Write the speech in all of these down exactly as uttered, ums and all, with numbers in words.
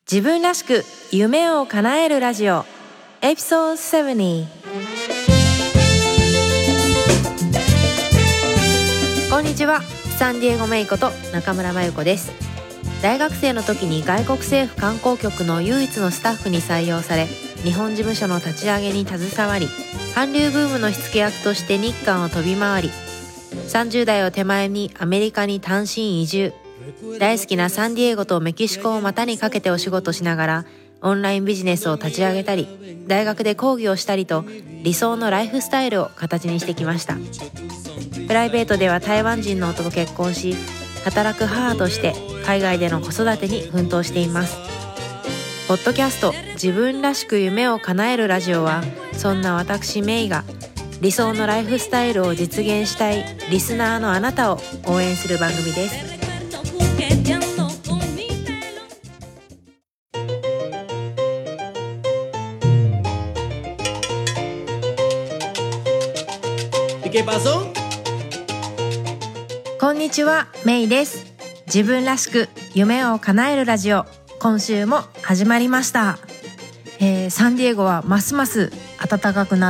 自分らしく夢を叶えるラジオエピソードななじゅう。こんにちは、サンディエゴメイこと中村真由子です。大学生の時に外国政府観光局の唯一のスタッフに採用され、日本事務所の立ち上げに携わり、韓流ブームの火付け役として日韓を飛び回り、さんじゅう代を手前にアメリカに単身移住。大好きなサンディエゴとメキシコを股にかけてお仕事しながら、オンラインビジネスを立ち上げたり、大学で講義をしたりと、理想のライフスタイルを形にしてきました。プライベートでは台湾人の夫と結婚し、働く母として海外での子育てに奮闘しています。ポッドキャスト自分らしく夢を叶えるラジオは、そんな私メイが理想のライフスタイルを実現したいリスナーのあなたを応援する番組です。こんにちは、メイです。自分らしく夢を叶えるラジオ、今週も始まりました。えー、サンディエゴはますます暖かくなって、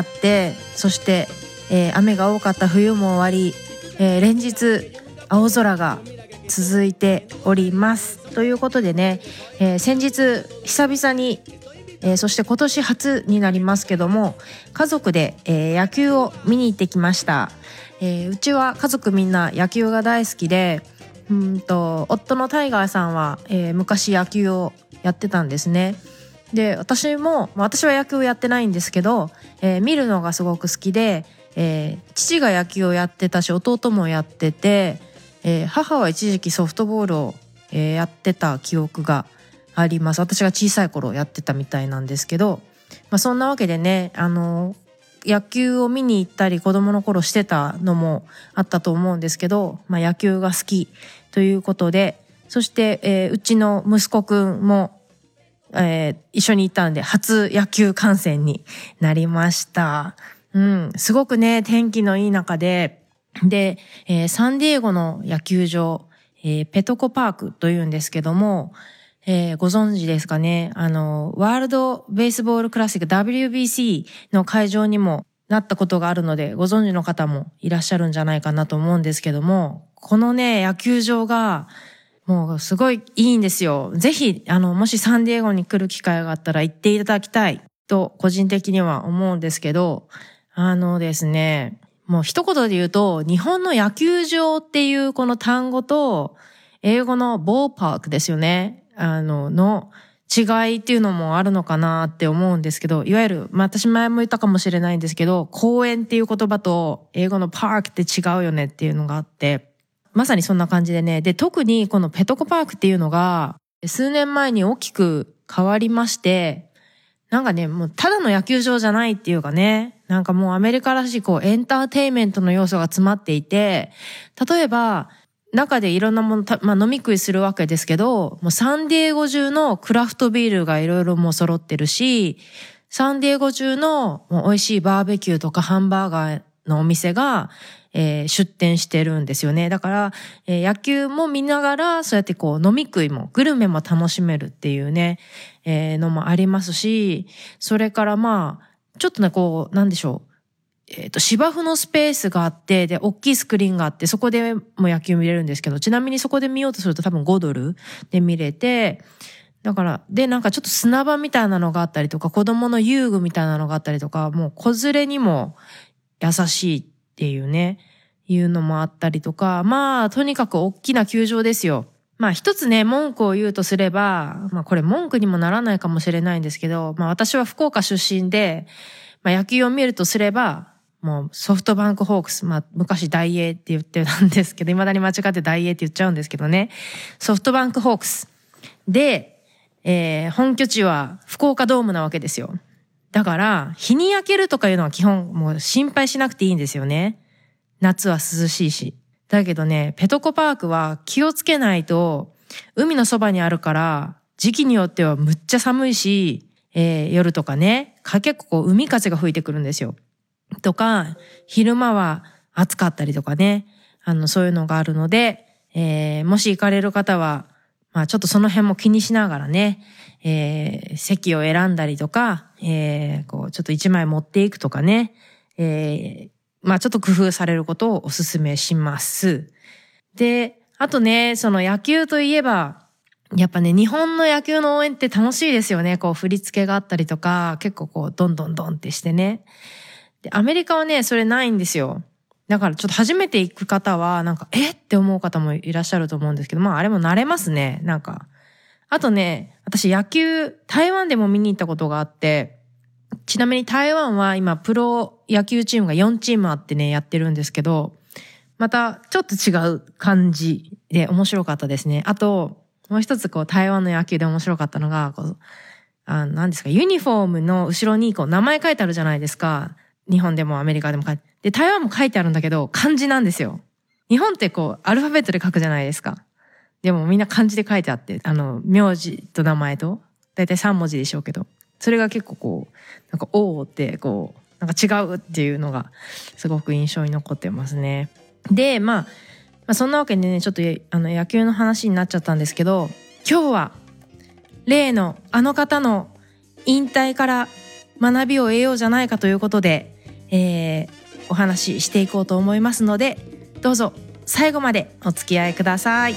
そして、えー、雨が多かった冬も終わり、えー、連日青空が続いております。ということでね、えー、先日久々に、えー、そして今年初になりますけども、家族で、えー、野球を見に行ってきました。えー、うちは家族みんな野球が大好きで、うんと夫のタイガーさんは、えー、昔野球をやってたんですね。で、私も私は野球をやってないんですけど、えー、見るのがすごく好きで、えー、父が野球をやってたし、弟もやってて、えー、母は一時期ソフトボールを、えー、やってた記憶があります。私が小さい頃やってたみたいなんですけど、まあ、そんなわけでね、あの野球を見に行ったり子供の頃してたのもあったと思うんですけど、まあ、野球が好きということで、そして、えー、うちの息子くんも、えー、一緒に行ったんで初野球観戦になりました。うん、すごくね、天気のいい中で、で、えー、サンディエゴの野球場、えー、ペトコパークというんですけども、えー、ご存知ですかね。あの、ワールドベースボールクラシック ダブリュービーシー の会場にもなったことがあるので、ご存知の方もいらっしゃるんじゃないかなと思うんですけども、このね、野球場がもうすごいいいんですよ。ぜひ、あの、もしサンディエゴに来る機会があったら行っていただきたいと個人的には思うんですけど、あのですね、もう一言で言うと、日本の野球場っていうこの単語と、英語のボーパークですよね。あの、の違いっていうのもあるのかなって思うんですけど、いわゆる、まあ私前も言ったかもしれないんですけど、公園っていう言葉と英語のパークって違うよねっていうのがあって、まさにそんな感じでね。で、特にこのペトコパークっていうのが、数年前に大きく変わりまして、なんかね、もうただの野球場じゃないっていうかね、なんかもうアメリカらしいこうエンターテインメントの要素が詰まっていて、例えば、中でいろんなもの、まあ飲み食いするわけですけど、もうサンディエゴ中のクラフトビールがいろいろもう揃ってるし、サンディエゴ中のもう美味しいバーベキューとかハンバーガーのお店が、えー、出店してるんですよね。だから、えー、野球も見ながら、そうやってこう飲み食いも、グルメも楽しめるっていうね、えー、のもありますし、それからまあ、ちょっとね、こう、なんでしょう。えっと、芝生のスペースがあって、で、大きいスクリーンがあって、そこでも野球見れるんですけど、ちなみにそこで見ようとすると多分ごドルで見れて、だから、で、なんかちょっと砂場みたいなのがあったりとか、子供の遊具みたいなのがあったりとか、もう子連れにも優しいっていうね、いうのもあったりとか、まあ、とにかく大きな球場ですよ。まあ一つね、文句を言うとすれば、まあこれ文句にもならないかもしれないんですけど、まあ私は福岡出身で、まあ野球を見るとすれば、もうソフトバンクホークス、まあ昔大英って言ってたんですけど、未だに間違って大英って言っちゃうんですけどね。ソフトバンクホークス。で、えー、本拠地は福岡ドームなわけですよ。だから、日に焼けるとかいうのは基本もう心配しなくていいんですよね。夏は涼しいし。だけどね、ペトコパークは気をつけないと、海のそばにあるから、時期によってはむっちゃ寒いし、えー、夜とかね、結構こう海風が吹いてくるんですよ。とか、昼間は暑かったりとかね、あの、そういうのがあるので、えー、もし行かれる方は、 まあちょっとその辺も気にしながらね、えー、席を選んだりとか、えー、こうちょっと一枚持っていくとかね、えー、まあちょっと工夫されることをお勧めします。で、あとね、その野球といえば、やっぱね、日本の野球の応援って楽しいですよね。こう振り付けがあったりとか、結構こうどんどんどんってしてね。で、アメリカはね、それないんですよ。だからちょっと初めて行く方は、なんか、えって思う方もいらっしゃると思うんですけど、まああれも慣れますね。なんか。あとね、私野球、台湾でも見に行ったことがあって、ちなみに台湾は今プロ野球チームがよんチームあってね、やってるんですけど、またちょっと違う感じで面白かったですね。あと、もう一つこう台湾の野球で面白かったのが、こう、あの、何ですか、ユニフォームの後ろにこう名前書いてあるじゃないですか。日本でもアメリカでも書いて。で、台湾も書いてあるんだけど、漢字なんですよ。日本ってこう、アルファベットで書くじゃないですか。でもみんな漢字で書いてあって、あの、名字と名前と、だいたいさん文字でしょうけど、それが結構こう、なんか、おーってこう、なんか違うっていうのが、すごく印象に残ってますね。で、まあ、まあ、そんなわけでね、ちょっとあの野球の話になっちゃったんですけど、今日は例のあの方の引退から学びを得ようじゃないかということで、えー、お話ししていこうと思いますので、どうぞ最後までお付き合いください。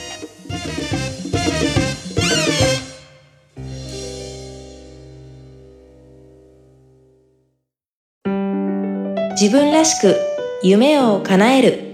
自分らしく夢を叶える。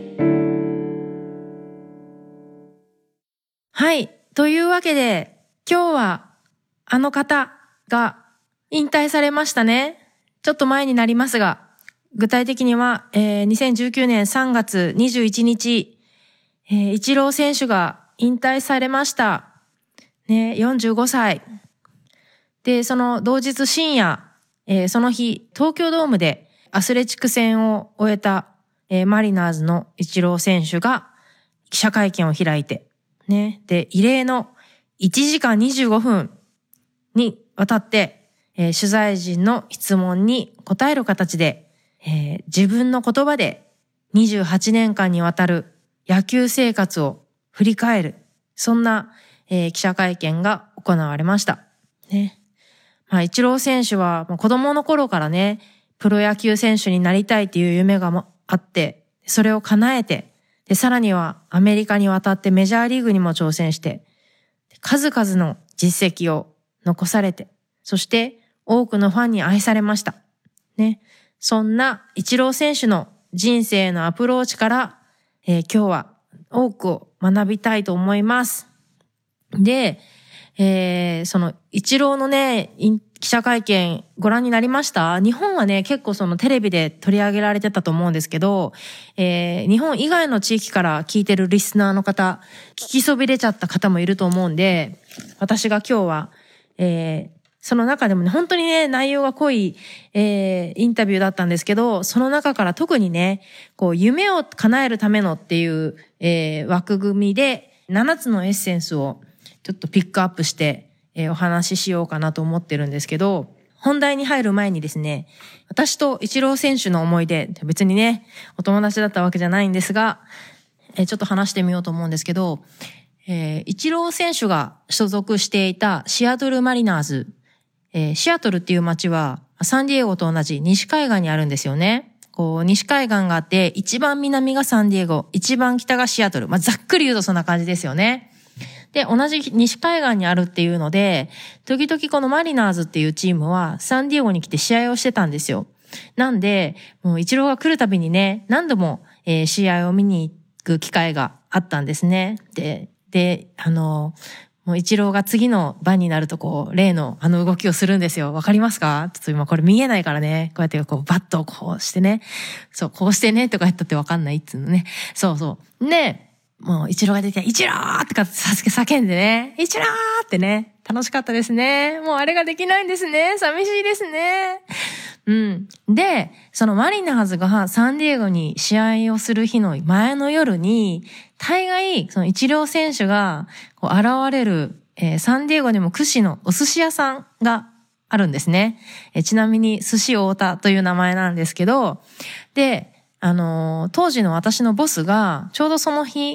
はい。というわけで、今日はあの方が引退されましたね。ちょっと前になりますが、具体的には、えー、にせんじゅうきゅうねんさんがつにじゅういちにち、えー、イチロー選手が引退されました。ね、よんじゅうごさい。で、その同日深夜、えー、その日、東京ドームでアスレチック戦を終えた、えー、マリナーズのイチロー選手が記者会見を開いて、ね。で、異例のいちじかんにじゅうごふんにわたって、えー、取材陣の質問に答える形で、えー、自分の言葉でにじゅうはちねんかんにわたる野球生活を振り返る、そんな、えー、記者会見が行われました。ね。まあ、イチロー選手は子供の頃からね、プロ野球選手になりたいっていう夢があって、それを叶えて、で、さらにはアメリカに渡ってメジャーリーグにも挑戦して、数々の実績を残されて、そして多くのファンに愛されました。ね。そんなイチロー選手の人生のアプローチから、えー、今日は多くを学びたいと思います。で、えー、そのイチローのね、記者会見ご覧になりました？日本はね、結構そのテレビで取り上げられてたと思うんですけど、えー、日本以外の地域から聞いてるリスナーの方、聞きそびれちゃった方もいると思うんで、私が今日は、えー、その中でもね、本当にね、内容が濃い、えー、インタビューだったんですけど、その中から特にね、こう、夢を叶えるためのっていう、えー、枠組みで、ななつのエッセンスをちょっとピックアップして、えー、お話ししようかなと思ってるんですけど、本題に入る前にですね、私とイチロー選手の思い出、別にね、お友達だったわけじゃないんですが、えー、ちょっと話してみようと思うんですけど、えー、イチロー選手が所属していたシアトルマリナーズ、えー、シアトルっていう街はサンディエゴと同じ西海岸にあるんですよね。こう、西海岸があって、一番南がサンディエゴ、一番北がシアトル。まあ、ざっくり言うとそんな感じですよね。で、同じ西海岸にあるっていうので、時々このマリナーズっていうチームはサンディエゴに来て試合をしてたんですよ。なんで、もうイチローが来るたびにね、何度も、えー、試合を見に行く機会があったんですね。で、で、あの、もうイチローが次の番になるとこう、例のあの動きをするんですよ。わかりますか？ちょっと今これ見えないからね。こうやってこう、バットをこうしてね。そう、こうしてねとか言ったってわかんないっつうのね。そうそう。で、もうイチローが出て、イチローってか叫んでね。イチローってね。楽しかったですね。もうあれができないんですね。寂しいですね。うん。で、そのマリナーズがサンディエゴに試合をする日の前の夜に、大概、そのイチロー選手がこう現れる、えー、サンディエゴにも屈指のお寿司屋さんがあるんですね。えー、ちなみに寿司太田という名前なんですけど、で、あのー、当時の私のボスがちょうどその日、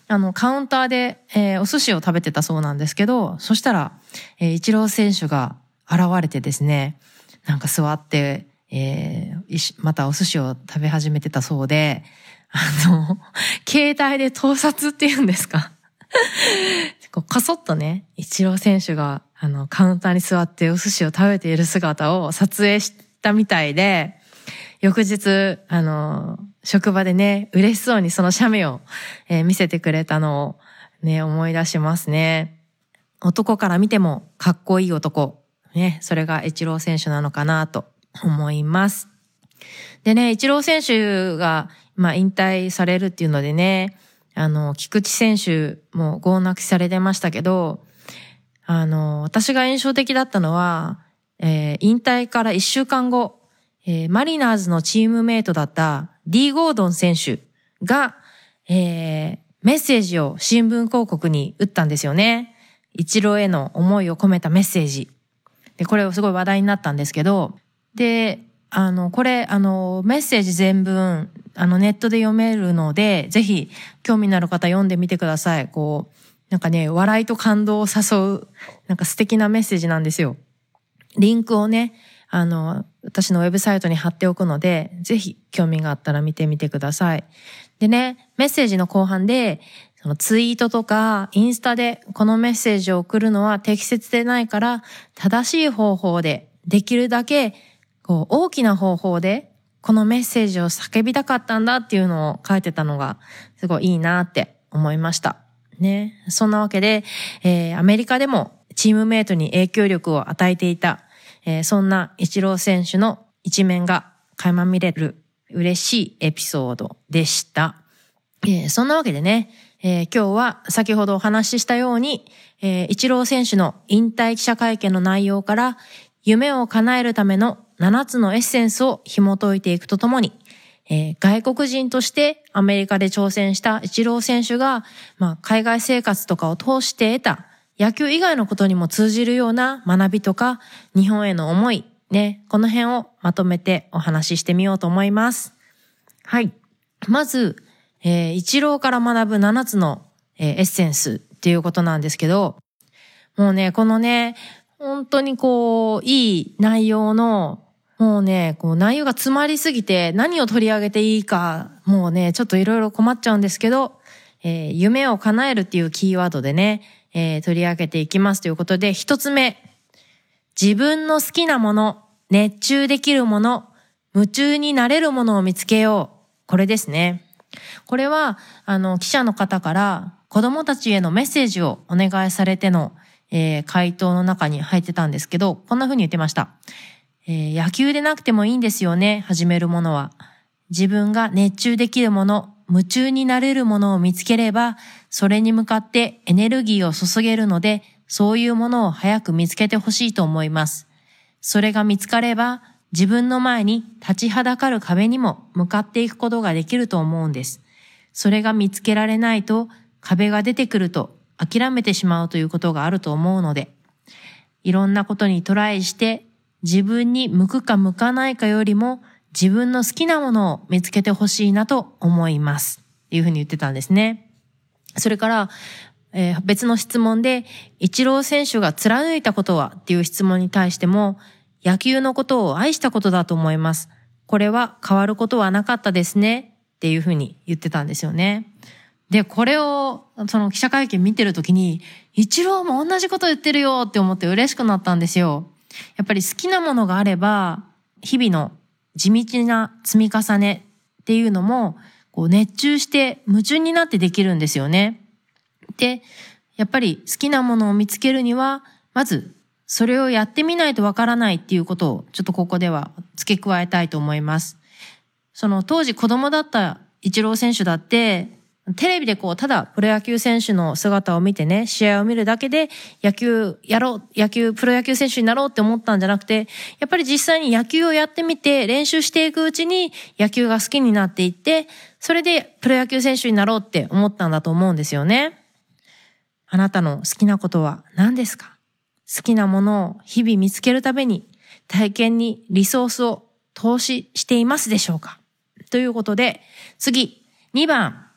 あの、カウンターで、えー、お寿司を食べてたそうなんですけど、そしたら、えー、イチロー選手が現れてですね、なんか座って、えー、またお寿司を食べ始めてたそうで、あの、携帯で盗撮っていうんですかこうこそっとね、イチロー選手が、あの、カウンターに座ってお寿司を食べている姿を撮影したみたいで、翌日、あの、職場でね、嬉しそうにその写メを、えー、見せてくれたのをね、思い出しますね。男から見てもかっこいい男。ね、それがイチロー選手なのかなと思います。でね、イチロー選手が、まあ、引退されるっていうのでね、あの、菊池選手も号泣きされてましたけど、あの、私が印象的だったのは、えー、引退からいっしゅうかんご、えー、マリナーズのチームメイトだった D ゴードン選手が、えー、メッセージを新聞広告に打ったんですよね。イチローへの思いを込めたメッセージ。で、これすごい話題になったんですけど、で、あの、これ、あの、メッセージ全文、あの、ネットで読めるので、ぜひ、興味のある方読んでみてください。こう、なんかね、笑いと感動を誘う、なんか素敵なメッセージなんですよ。リンクをね、あの、私のウェブサイトに貼っておくので、ぜひ興味があったら見てみてください。でね、メッセージの後半で、そのツイートとかインスタでこのメッセージを送るのは適切でないから、正しい方法で、できるだけこう大きな方法でこのメッセージを叫びたかったんだっていうのを書いてたのがすごいいいなって思いました。ね。そんなわけで、えー、アメリカでもチームメイトに影響力を与えていた、えー、そんなイチロー選手の一面が垣間見れる嬉しいエピソードでした。えー、そんなわけでね、えー、今日は先ほどお話ししたように、えー、イチロー選手の引退記者会見の内容から夢を叶えるためのななつのエッセンスを紐解いていくとともに、えー、外国人としてアメリカで挑戦したイチロー選手が、まあ、海外生活とかを通して得た野球以外のことにも通じるような学びとか日本への思い、ね、この辺をまとめてお話ししてみようと思います。はい。まず、えー、イチローから学ぶななつの、えー、エッセンスっていうことなんですけど、もうね、このね、本当にこう、いい内容の、もうね、こう内容が詰まりすぎて何を取り上げていいか、もうね、ちょっといろいろ困っちゃうんですけど、えー、夢を叶えるっていうキーワードでね、えー、取り上げていきますということで、一つ目、自分の好きなもの、熱中できるもの、夢中になれるものを見つけよう。これですね。これは、あの、記者の方から子供たちへのメッセージをお願いされての、えー、回答の中に入ってたんですけど、こんな風に言ってました。えー、野球でなくてもいいんですよね、始めるものは。自分が熱中できるもの、夢中になれるものを見つければ、それに向かってエネルギーを注げるので、そういうものを早く見つけてほしいと思います。それが見つかれば、自分の前に立ちはだかる壁にも向かっていくことができると思うんです。それが見つけられないと、壁が出てくると諦めてしまうということがあると思うので、いろんなことにトライして、自分に向くか向かないかよりも、自分の好きなものを見つけてほしいなと思います。っていうふうに言ってたんですね。それから、えー、別の質問で、イチロー選手が貫いたことはっていう質問に対しても、野球のことを愛したことだと思います。これは変わることはなかったですね。っていうふうに言ってたんですよね。で、これを、その記者会見見てるときに、イチローも同じこと言ってるよって思って嬉しくなったんですよ。やっぱり好きなものがあれば、日々の地道な積み重ねっていうのも、こう熱中して夢中になってできるんですよね。で、やっぱり好きなものを見つけるには、まず、それをやってみないとわからないっていうことを、ちょっとここでは付け加えたいと思います。その当時子供だったイチロー選手だって、テレビでこう、ただプロ野球選手の姿を見てね、試合を見るだけで野球やろう、野球、プロ野球選手になろうって思ったんじゃなくて、やっぱり実際に野球をやってみて練習していくうちに野球が好きになっていって、それでプロ野球選手になろうって思ったんだと思うんですよね。あなたの好きなことは何ですか？好きなものを日々見つけるために体験にリソースを投資していますでしょうか？ということで、次、にばん。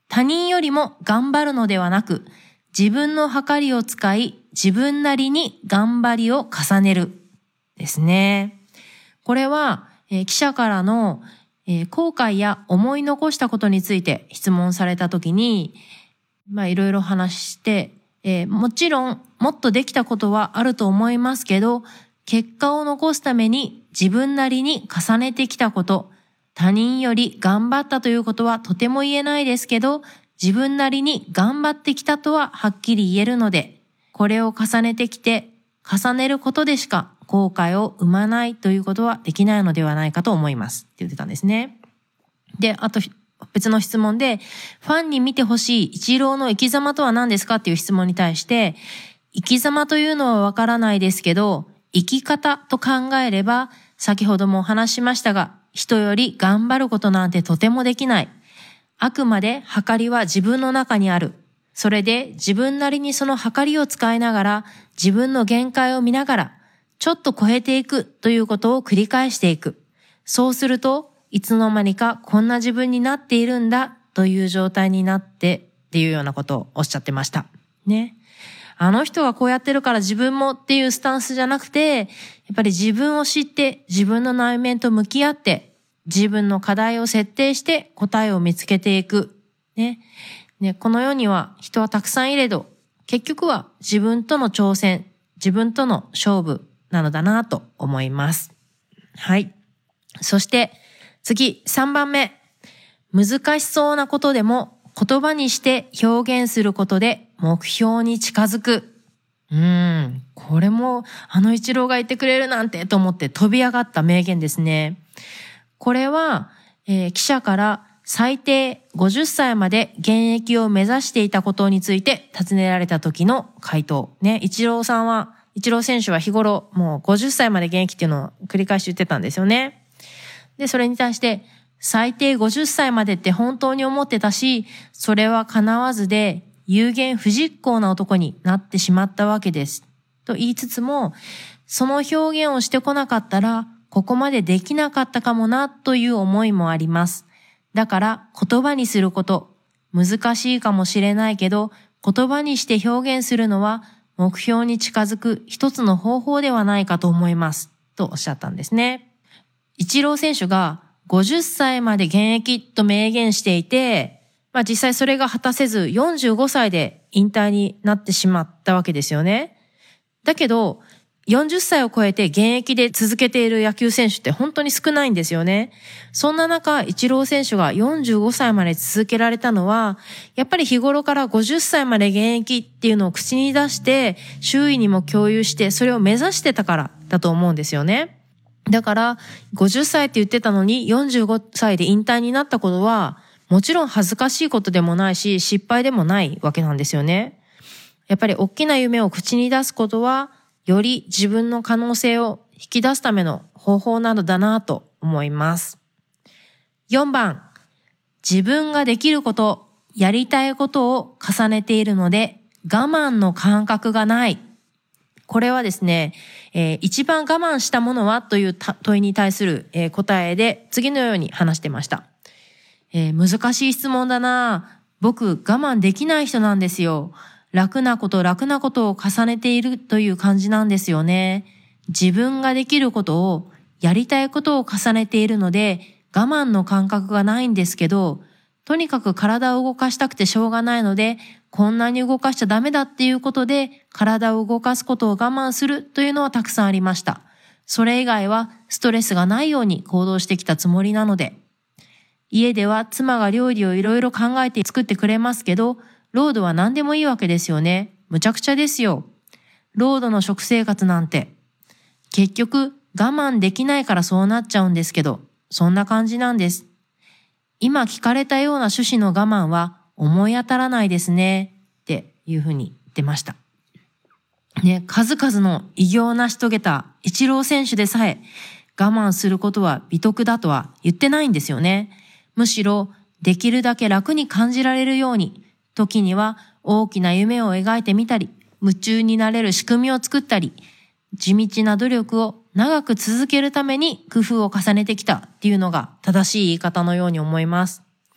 他人よりも頑張るのではなく、自分の計りを使い、自分なりに頑張りを重ねる。ですね。これは、えー、記者からの、えー、後悔や思い残したことについて質問されたときに、まあいろいろ話して、えー、もちろんもっとできたことはあると思いますけど、結果を残すために自分なりに重ねてきたこと、他人より頑張ったということはとても言えないですけど、自分なりに頑張ってきたとははっきり言えるので、これを重ねてきて、重ねることでしか後悔を生まないということはできないのではないかと思いますって言ってたんですね。で、あと別の質問で、ファンに見てほしいイチローの生き様とは何ですかっていう質問に対して、生き様というのはわからないですけど、生き方と考えれば、先ほどもお話しましたが、人より頑張ることなんてとてもできない。あくまで計りは自分の中にある。それで自分なりにその計りを使いながら、自分の限界を見ながら、ちょっと超えていくということを繰り返していく。そうすると、いつの間にかこんな自分になっているんだという状態になってっていうようなことをおっしゃってました。ね。あの人がこうやってるから自分もっていうスタンスじゃなくて、やっぱり自分を知って自分の内面と向き合って自分の課題を設定して答えを見つけていく。ね。ね、この世には人はたくさんいれど、結局は自分との挑戦、自分との勝負なのだなと思います。はい。そして次さんばんめ。難しそうなことでも言葉にして表現することで目標に近づく。うーん、これもあのイチローが言ってくれるなんてと思って飛び上がった名言ですね。これは、えー、記者から最低ごじゅっさいまで現役を目指していたことについて尋ねられた時の回答。ね、イチローさんは、イチロー選手は日頃もうごじゅっさいまで現役っていうのを繰り返し言ってたんですよね。で、それに対して、最低ごじゅっさいまでって本当に思ってたし、それは叶わずで有言不実行な男になってしまったわけです。と言いつつも、その表現をしてこなかったら、ここまでできなかったかもなという思いもあります。だから言葉にすること、難しいかもしれないけど、言葉にして表現するのは目標に近づく一つの方法ではないかと思います。とおっしゃったんですね。イチロー選手がごじゅっさいまで現役と明言していて、まあ実際それが果たせずよんじゅうごさいで引退になってしまったわけですよね。だけど、よんじゅっさいを超えて現役で続けている野球選手って本当に少ないんですよね。そんな中、イチロー選手がよんじゅうごさいまで続けられたのは、やっぱり日頃からごじゅっさいまで現役っていうのを口に出して、周囲にも共有して、それを目指してたからだと思うんですよね。だから、ごじゅっさいって言ってたのによんじゅうごさいで引退になったことは、もちろん恥ずかしいことでもないし、失敗でもないわけなんですよね。やっぱり大きな夢を口に出すことは、より自分の可能性を引き出すための方法なのだなと思います。よんばん、自分ができること、やりたいことを重ねているので、我慢の感覚がない。これはですね、えー、一番我慢したものはという問いに対する、えー、答えで次のように話してました。えー、難しい質問だな。僕我慢できない人なんですよ。楽なこと楽なことを重ねているという感じなんですよね。自分ができることを、やりたいことを重ねているので、我慢の感覚がないんですけど、とにかく体を動かしたくてしょうがないので、こんなに動かしちゃダメだっていうことで、体を動かすことを我慢するというのはたくさんありました。それ以外はストレスがないように行動してきたつもりなので。家では妻が料理をいろいろ考えて作ってくれますけど、ロードは何でもいいわけですよね。むちゃくちゃですよ。ロードの食生活なんて。結局我慢できないからそうなっちゃうんですけど、そんな感じなんです。今聞かれたような趣旨の我慢は思い当たらないですね。っていうふうに言ってました。ね、数々の偉業を成し遂げたイチロー選手でさえ我慢することは美徳だとは言ってないんですよね。むしろできるだけ楽に感じられるように、時には大きな夢を描いてみたり、夢中になれる仕組みを作ったり、地道な努力を長く続けるために工夫を重ねてきたっていうのが正しい言い方のように思います。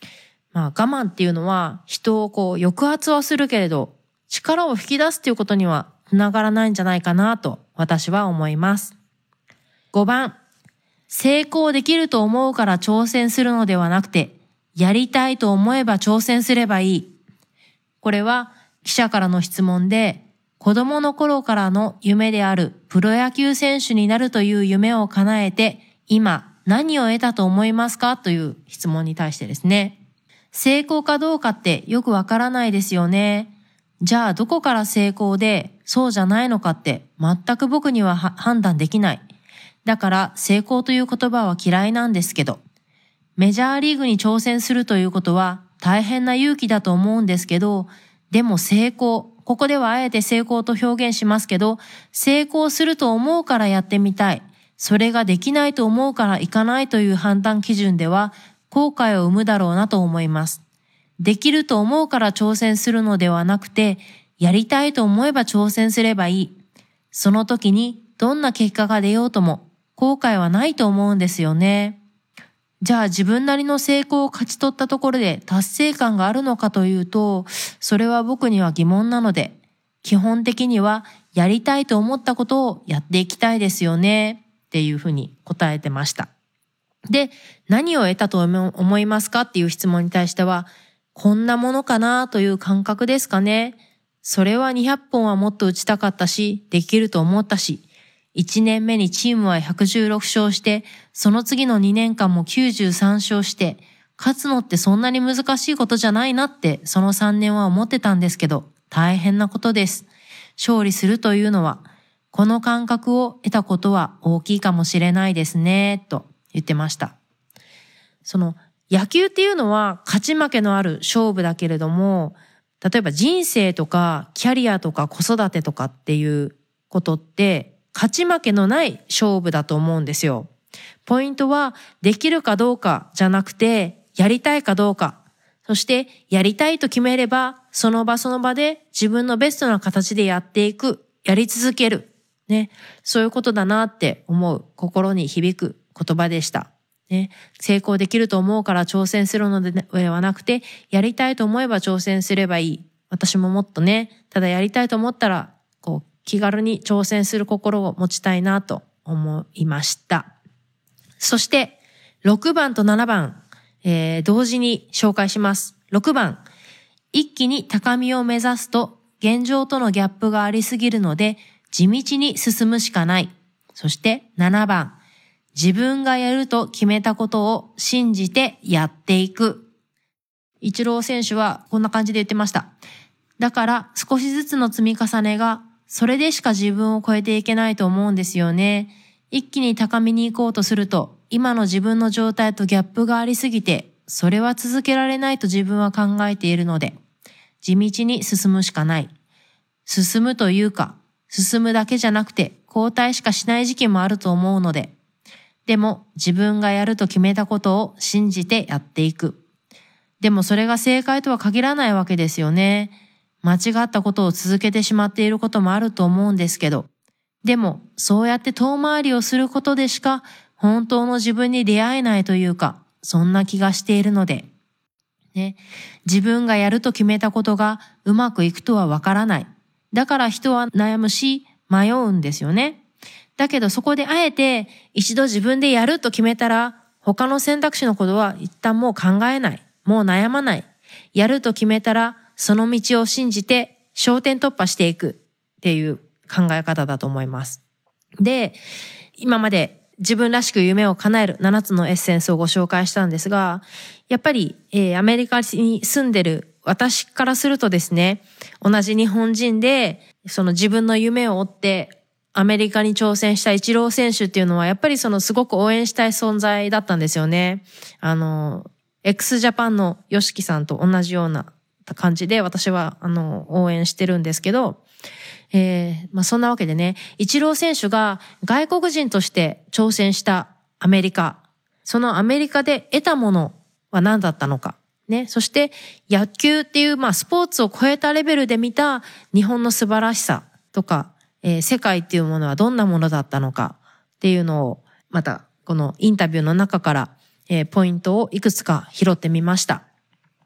まあ我慢っていうのは人をこう抑圧はするけれど力を引き出すっていうことにはつながらないんじゃないかなと私は思います。ごばん、成功できると思うから挑戦するのではなくて、やりたいと思えば挑戦すればいい。これは記者からの質問で、子供の頃からの夢であるプロ野球選手になるという夢を叶えて、今何を得たと思いますかという質問に対してですね。成功かどうかってよくわからないですよね。じゃあどこから成功でそうじゃないのかって全く僕には判断できない。だから成功という言葉は嫌いなんですけど、メジャーリーグに挑戦するということは大変な勇気だと思うんですけど、でも成功、ここではあえて成功と表現しますけど、成功すると思うからやってみたい。それができないと思うからいかないという判断基準では後悔を生むだろうなと思います。できると思うから挑戦するのではなくて、やりたいと思えば挑戦すればいい。その時にどんな結果が出ようとも後悔はないと思うんですよね。じゃあ自分なりの成功を勝ち取ったところで達成感があるのかというと、それは僕には疑問なので、基本的にはやりたいと思ったことをやっていきたいですよねっていうふうに答えてました。で、何を得たと思いますかっていう質問に対しては、こんなものかなという感覚ですかね。それはにひゃっぽんはもっと打ちたかったし、できると思ったし、いちねんめにチームはひゃくじゅうろくしょうして、その次のにねんかんもきゅうじゅうさんしょうして、勝つのってそんなに難しいことじゃないなってそのさんねんは思ってたんですけど、大変なことです。勝利するというのは、この感覚を得たことは大きいかもしれないですね、と言ってました。その野球っていうのは勝ち負けのある勝負だけれども、例えば人生とかキャリアとか子育てとかっていうことって勝ち負けのない勝負だと思うんですよ。ポイントはできるかどうかじゃなくてやりたいかどうか。そしてやりたいと決めればその場その場で自分のベストな形でやっていく、やり続ける。ね。そういうことだなって思う心に響く言葉でした。ね、成功できると思うから挑戦するのではなくて、やりたいと思えば挑戦すればいい。私ももっとね、ただやりたいと思ったら、こう、気軽に挑戦する心を持ちたいなと思いました。そして、ろくばんとななばん、えー、同時に紹介します。ろくばん、一気に高みを目指すと、現状とのギャップがありすぎるので、地道に進むしかない。そして、ななばん、自分がやると決めたことを信じてやっていく。イチロー選手はこんな感じで言ってました。だから少しずつの積み重ねがそれでしか自分を超えていけないと思うんですよね。一気に高みに行こうとすると今の自分の状態とギャップがありすぎてそれは続けられないと自分は考えているので地道に進むしかない。進むというか進むだけじゃなくて後退しかしない時期もあると思うのででも自分がやると決めたことを信じてやっていく。でもそれが正解とは限らないわけですよね。間違ったことを続けてしまっていることもあると思うんですけど。でもそうやって遠回りをすることでしか本当の自分に出会えないというか、そんな気がしているので。ね、自分がやると決めたことがうまくいくとはわからない。だから人は悩むし迷うんですよね。だけどそこであえて一度自分でやると決めたら他の選択肢のことは一旦もう考えない。もう悩まない。やると決めたらその道を信じて焦点突破していくっていう考え方だと思います。で、今まで自分らしく夢を叶えるななつのエッセンスをご紹介したんですが、やっぱり、えー、アメリカに住んでる私からするとですね、同じ日本人でその自分の夢を追ってアメリカに挑戦したイチロー選手っていうのはやっぱりそのすごく応援したい存在だったんですよね。あの、x ジャパンのヨシキさんと同じような感じで私はあの応援してるんですけど、えー、まあそんなわけでね、イチロー選手が外国人として挑戦したアメリカ、そのアメリカで得たものは何だったのか。ね、そして野球っていうまあスポーツを超えたレベルで見た日本の素晴らしさとか、えー、世界っていうものはどんなものだったのかっていうのをまたこのインタビューの中から、えー、ポイントをいくつか拾ってみました。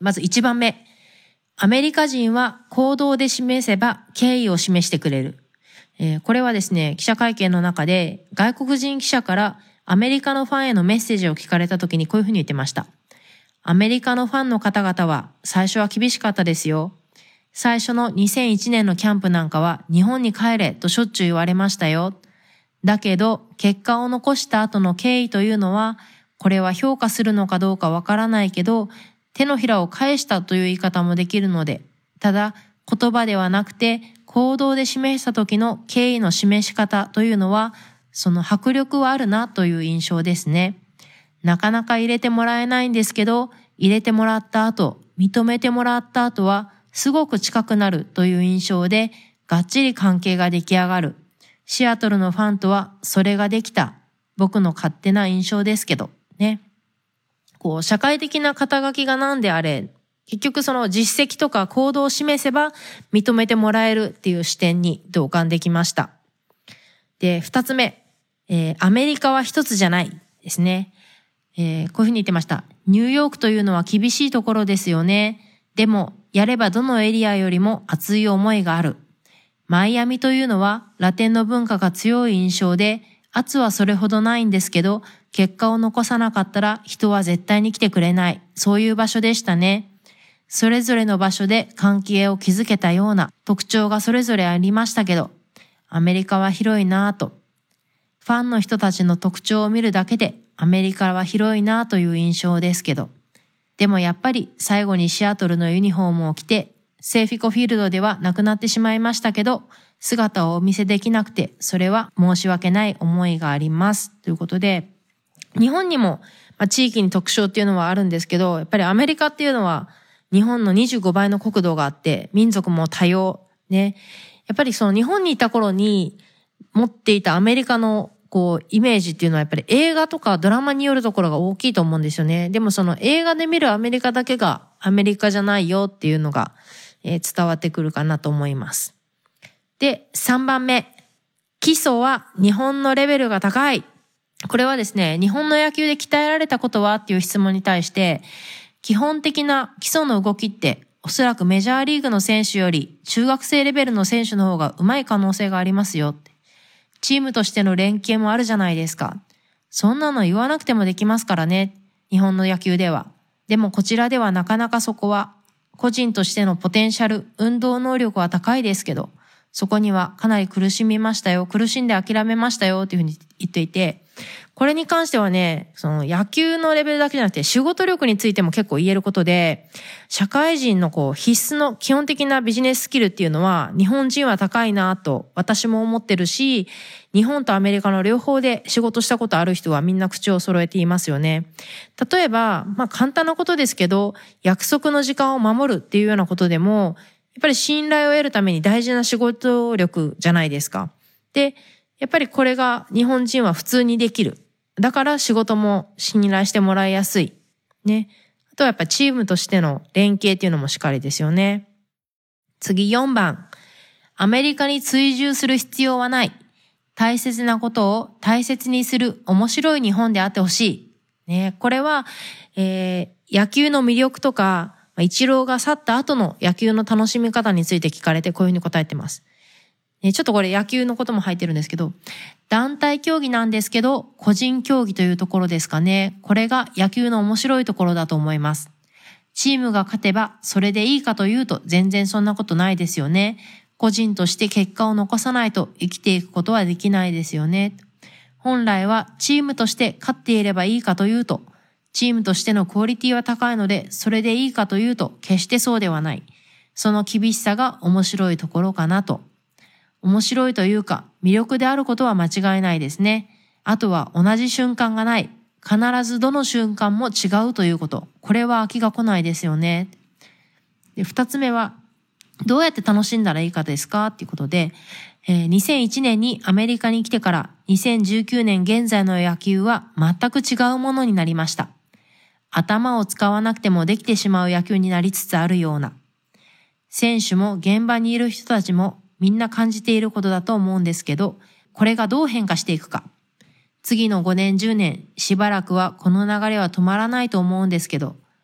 まずいちばんめ。アメリカ人は行動で示せば敬意を示してくれる。えー、これはですね、記者会見の中で外国人記者からアメリカのファンへのメッセージを聞かれた時にこういうふうに言ってました。アメリカのファンの方々は最初は厳しかったですよ。最初のにせんいちねんのキャンプなんかは日本に帰れとしょっちゅう言われましたよ。だけど結果を残した後の敬意というのは、これは評価するのかどうかわからないけど、手のひらを返したという言い方もできるので、ただ言葉ではなくて行動で示した時の敬意の示し方というのは、その迫力はあるなという印象ですね。なかなか入れてもらえないんですけど、入れてもらった後、認めてもらった後はすごく近くなるという印象で、がっちり関係が出来上がる。シアトルのファンとはそれができた。僕の勝手な印象ですけどね。こう社会的な肩書きが何であれ、結局その実績とか行動を示せば認めてもらえるっていう視点に同感できました。で、二つ目、えー、アメリカは一つじゃないですね。えー、こういうふうに言ってました。ニューヨークというのは厳しいところですよね。でも、やればどのエリアよりも熱い思いがある。マイアミというのはラテンの文化が強い印象で、圧はそれほどないんですけど、結果を残さなかったら人は絶対に来てくれない。そういう場所でしたね。それぞれの場所で関係を築けたような特徴がそれぞれありましたけど、アメリカは広いなぁと。ファンの人たちの特徴を見るだけでアメリカは広いなぁという印象ですけど、でもやっぱり最後にシアトルのユニフォームを着て、セーフィコフィールドではなくなってしまいましたけど、姿をお見せできなくて、それは申し訳ない思いがあります。ということで、日本にも、まあ、地域に特徴っていうのはあるんですけど、やっぱりアメリカっていうのは日本のにじゅうごばいの国土があって、民族も多様。ね。やっぱりその日本にいた頃に持っていたアメリカのこうイメージっていうのはやっぱり映画とかドラマによるところが大きいと思うんですよね。でもその映画で見るアメリカだけがアメリカじゃないよっていうのが、えー、伝わってくるかなと思います。で、さんばんめ。基礎は日本のレベルが高い。これはですね、日本の野球で鍛えられたことはっていう質問に対して、基本的な基礎の動きっておそらくメジャーリーグの選手より中学生レベルの選手の方が上手い可能性がありますよって。チームとしての連携もあるじゃないですか。そんなの言わなくてもできますからね。日本の野球では。でもこちらではなかなかそこは個人としてのポテンシャル、運動能力は高いですけど、そこにはかなり苦しみましたよ。苦しんで諦めましたよっていうふうに言っていて、これに関してはね、その野球のレベルだけじゃなくて仕事力についても結構言えることで、社会人のこう必須の基本的なビジネススキルっていうのは日本人は高いなと私も思ってるし、日本とアメリカの両方で仕事したことある人はみんな口を揃えていますよね。例えば、まあ簡単なことですけど、約束の時間を守るっていうようなことでも、やっぱり信頼を得るために大事な仕事力じゃないですか。で、やっぱりこれが日本人は普通にできる。だから仕事も信頼してもらいやすい。ね。あとはやっぱチームとしての連携っていうのもしっかりですよね。次よんばん。アメリカに追従する必要はない。大切なことを大切にする面白い日本であってほしい。ね。これは、えー、野球の魅力とか、イチローが去った後の野球の楽しみ方について聞かれてこういうふうに答えてます。ちょっとこれ野球のことも入ってるんですけど、団体競技なんですけど、個人競技というところですかね。これが野球の面白いところだと思います。チームが勝てばそれでいいかというと全然そんなことないですよね。個人として結果を残さないと生きていくことはできないですよね。本来はチームとして勝っていればいいかというと、チームとしてのクオリティは高いのでそれでいいかというと決してそうではない。その厳しさが面白いところかなと。面白いというか魅力であることは間違いないですね。あとは同じ瞬間がない。必ずどの瞬間も違うということ。これは飽きが来ないですよね。で、二つ目はどうやって楽しんだらいいかですかっていうことで、えー、にせんいちねんにアメリカに来てからにせんじゅうきゅうねん現在の野球は全く違うものになりました。頭を使わなくてもできてしまう野球になりつつあるような。選手も現場にいる人たちもみんな感じていることだと思うんですけど、これがどう変化していくか。次のごねんじゅうねん、しばらくはこの流れは止まらないと思うんですけど、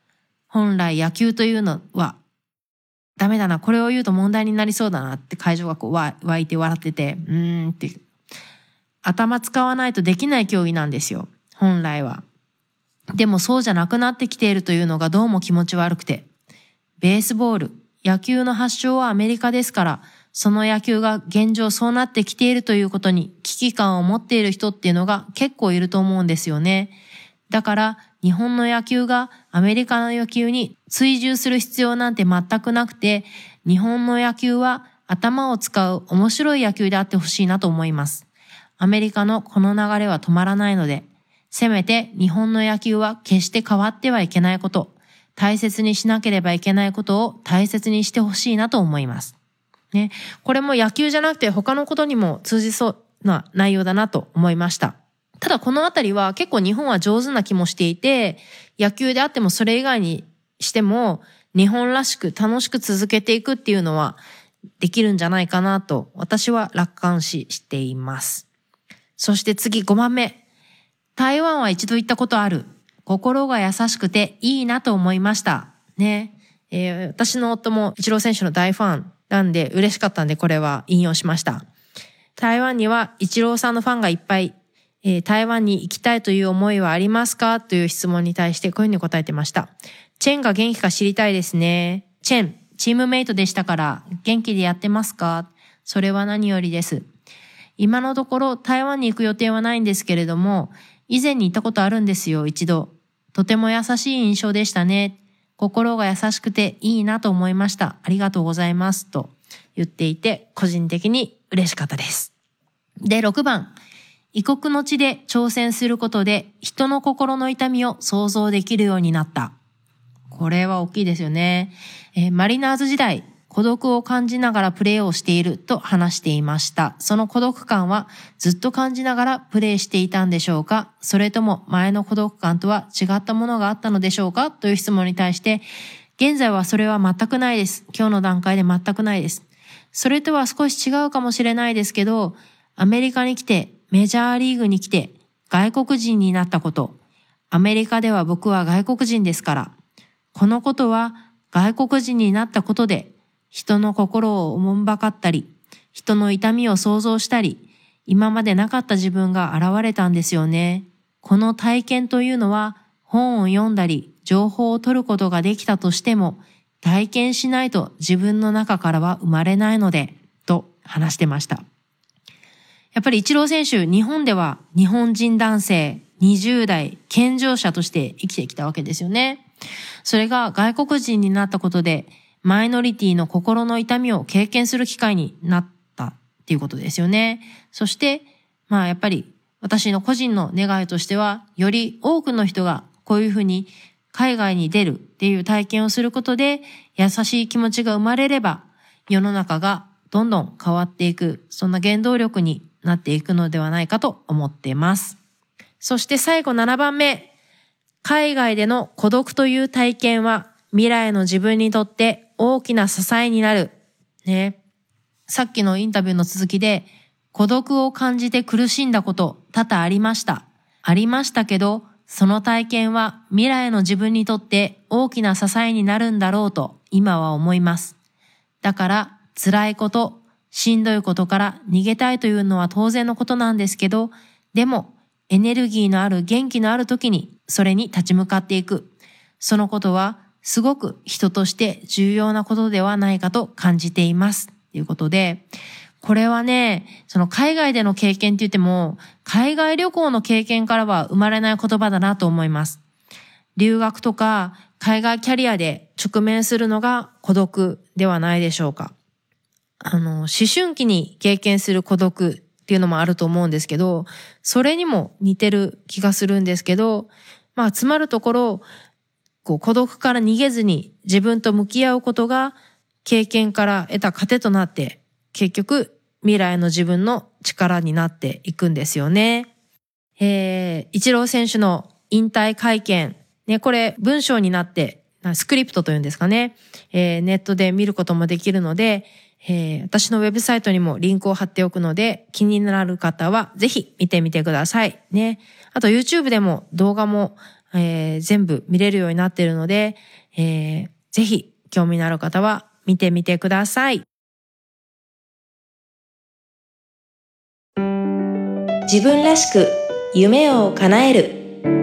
本来野球というのは、ダメだな、これを言うと問題になりそうだなって会場がこうわ湧いて笑ってて、うーんって、頭使わないとできない競技なんですよ、本来は。でもそうじゃなくなってきているというのがどうも気持ち悪くて。ベースボール、野球の発祥はアメリカですから、その野球が現状そうなってきているということに危機感を持っている人っていうのが結構いると思うんですよね。だから日本の野球がアメリカの野球に追従する必要なんて全くなくて、日本の野球は頭を使う面白い野球であってほしいなと思います。アメリカのこの流れは止まらないので、せめて日本の野球は決して変わってはいけないこと、大切にしなければいけないことを大切にしてほしいなと思います。ね、これも野球じゃなくて他のことにも通じそうな内容だなと思いました。ただこのあたりは結構日本は上手な気もしていて、野球であってもそれ以外にしても日本らしく楽しく続けていくっていうのはできるんじゃないかなと私は楽観視しています。そして次ごばんめ。台湾は一度行ったことある。心が優しくていいなと思いました。ね。えー、私の夫もイチロー選手の大ファンなんで嬉しかったんでこれは引用しました。台湾にはイチローさんのファンがいっぱい、えー、台湾に行きたいという思いはありますかという質問に対してこういうふうに答えてました。チェンが元気か知りたいですね。チェン、チームメイトでしたから元気でやってますか？それは何よりです。今のところ台湾に行く予定はないんですけれども、以前に行ったことあるんですよ、一度。とても優しい印象でしたね。心が優しくていいなと思いました。ありがとうございます。と言っていて、個人的に嬉しかったです。で、ろくばん。異国の地で挑戦することで人の心の痛みを想像できるようになった。これは大きいですよね。えー、マリナーズ時代、孤独を感じながらプレーをしていると話していました。その孤独感はずっと感じながらプレーしていたんでしょうか？それとも前の孤独感とは違ったものがあったのでしょうか？という質問に対して、現在はそれは全くないです。今日の段階で全くないです。それとは少し違うかもしれないですけど、アメリカに来て、メジャーリーグに来て、外国人になったこと。アメリカでは僕は外国人ですから。このことは外国人になったことで、人の心をおもんばかったり、人の痛みを想像したり、今までなかった自分が現れたんですよね。この体験というのは、本を読んだり、情報を取ることができたとしても、体験しないと自分の中からは生まれないので、と話してました。やっぱりイチロー選手、日本では日本人男性、にじゅう代、健常者として生きてきたわけですよね。それが外国人になったことで、マイノリティの心の痛みを経験する機会になったっていうことですよね。そして、まあやっぱり私の個人の願いとしては、より多くの人がこういうふうに海外に出るっていう体験をすることで、優しい気持ちが生まれれば、世の中がどんどん変わっていく、そんな原動力になっていくのではないかと思っています。そして最後ななばんめ、海外での孤独という体験は未来の自分にとって大きな支えになる。ね。さっきのインタビューの続きで、孤独を感じて苦しんだこと多々ありました。ありましたけど、その体験は未来の自分にとって大きな支えになるんだろうと今は思います。だから辛いこと、しんどいことから逃げたいというのは当然のことなんですけど、でもエネルギーのある元気のある時にそれに立ち向かっていく。そのことはすごく人として重要なことではないかと感じています。ということで、これはね、その海外での経験って言っても、海外旅行の経験からは生まれない言葉だなと思います。留学とか海外キャリアで直面するのが孤独ではないでしょうか。あの、思春期に経験する孤独っていうのもあると思うんですけど、それにも似てる気がするんですけど、まあ、つまるところ、こう孤独から逃げずに自分と向き合うことが経験から得た糧となって、結局未来の自分の力になっていくんですよね。えー、イチロー選手の引退会見、ね、これ文章になって、スクリプトというんですかね、えー、ネットで見ることもできるので、えー、私のウェブサイトにもリンクを貼っておくので、気になる方はぜひ見てみてください。ね。あと YouTube でも動画も、えー、全部見れるようになっているので、 えー、ぜひ興味のある方は見てみてください。自分らしく夢を叶える。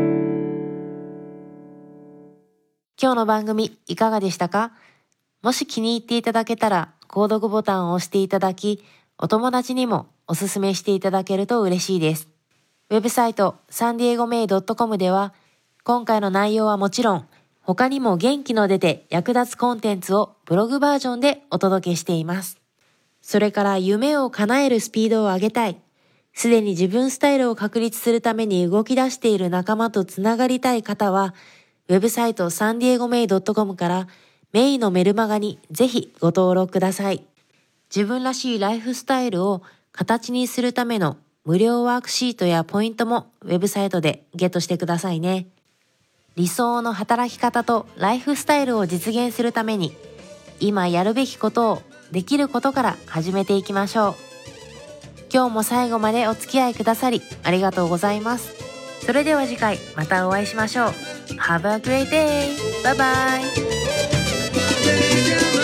今日の番組いかがでしたか？もし気に入っていただけたら購読ボタンを押していただき、お友達にもおすすめしていただけると嬉しいです。ウェブサイトサンディエゴメイドットコムでは今回の内容はもちろん他にも元気の出て役立つコンテンツをブログバージョンでお届けしています。それから夢を叶えるスピードを上げたい、すでに自分スタイルを確立するために動き出している仲間とつながりたい方は、ウェブサイトサンディエゴメイドットコムからメイのメルマガにぜひご登録ください。自分らしいライフスタイルを形にするための無料ワークシートやポイントもウェブサイトでゲットしてくださいね。理想の働き方とライフスタイルを実現するために、今やるべきことをできることから始めていきましょう。今日も最後までお付き合いくださりありがとうございます。それでは次回またお会いしましょう。Have a great day! Bye bye!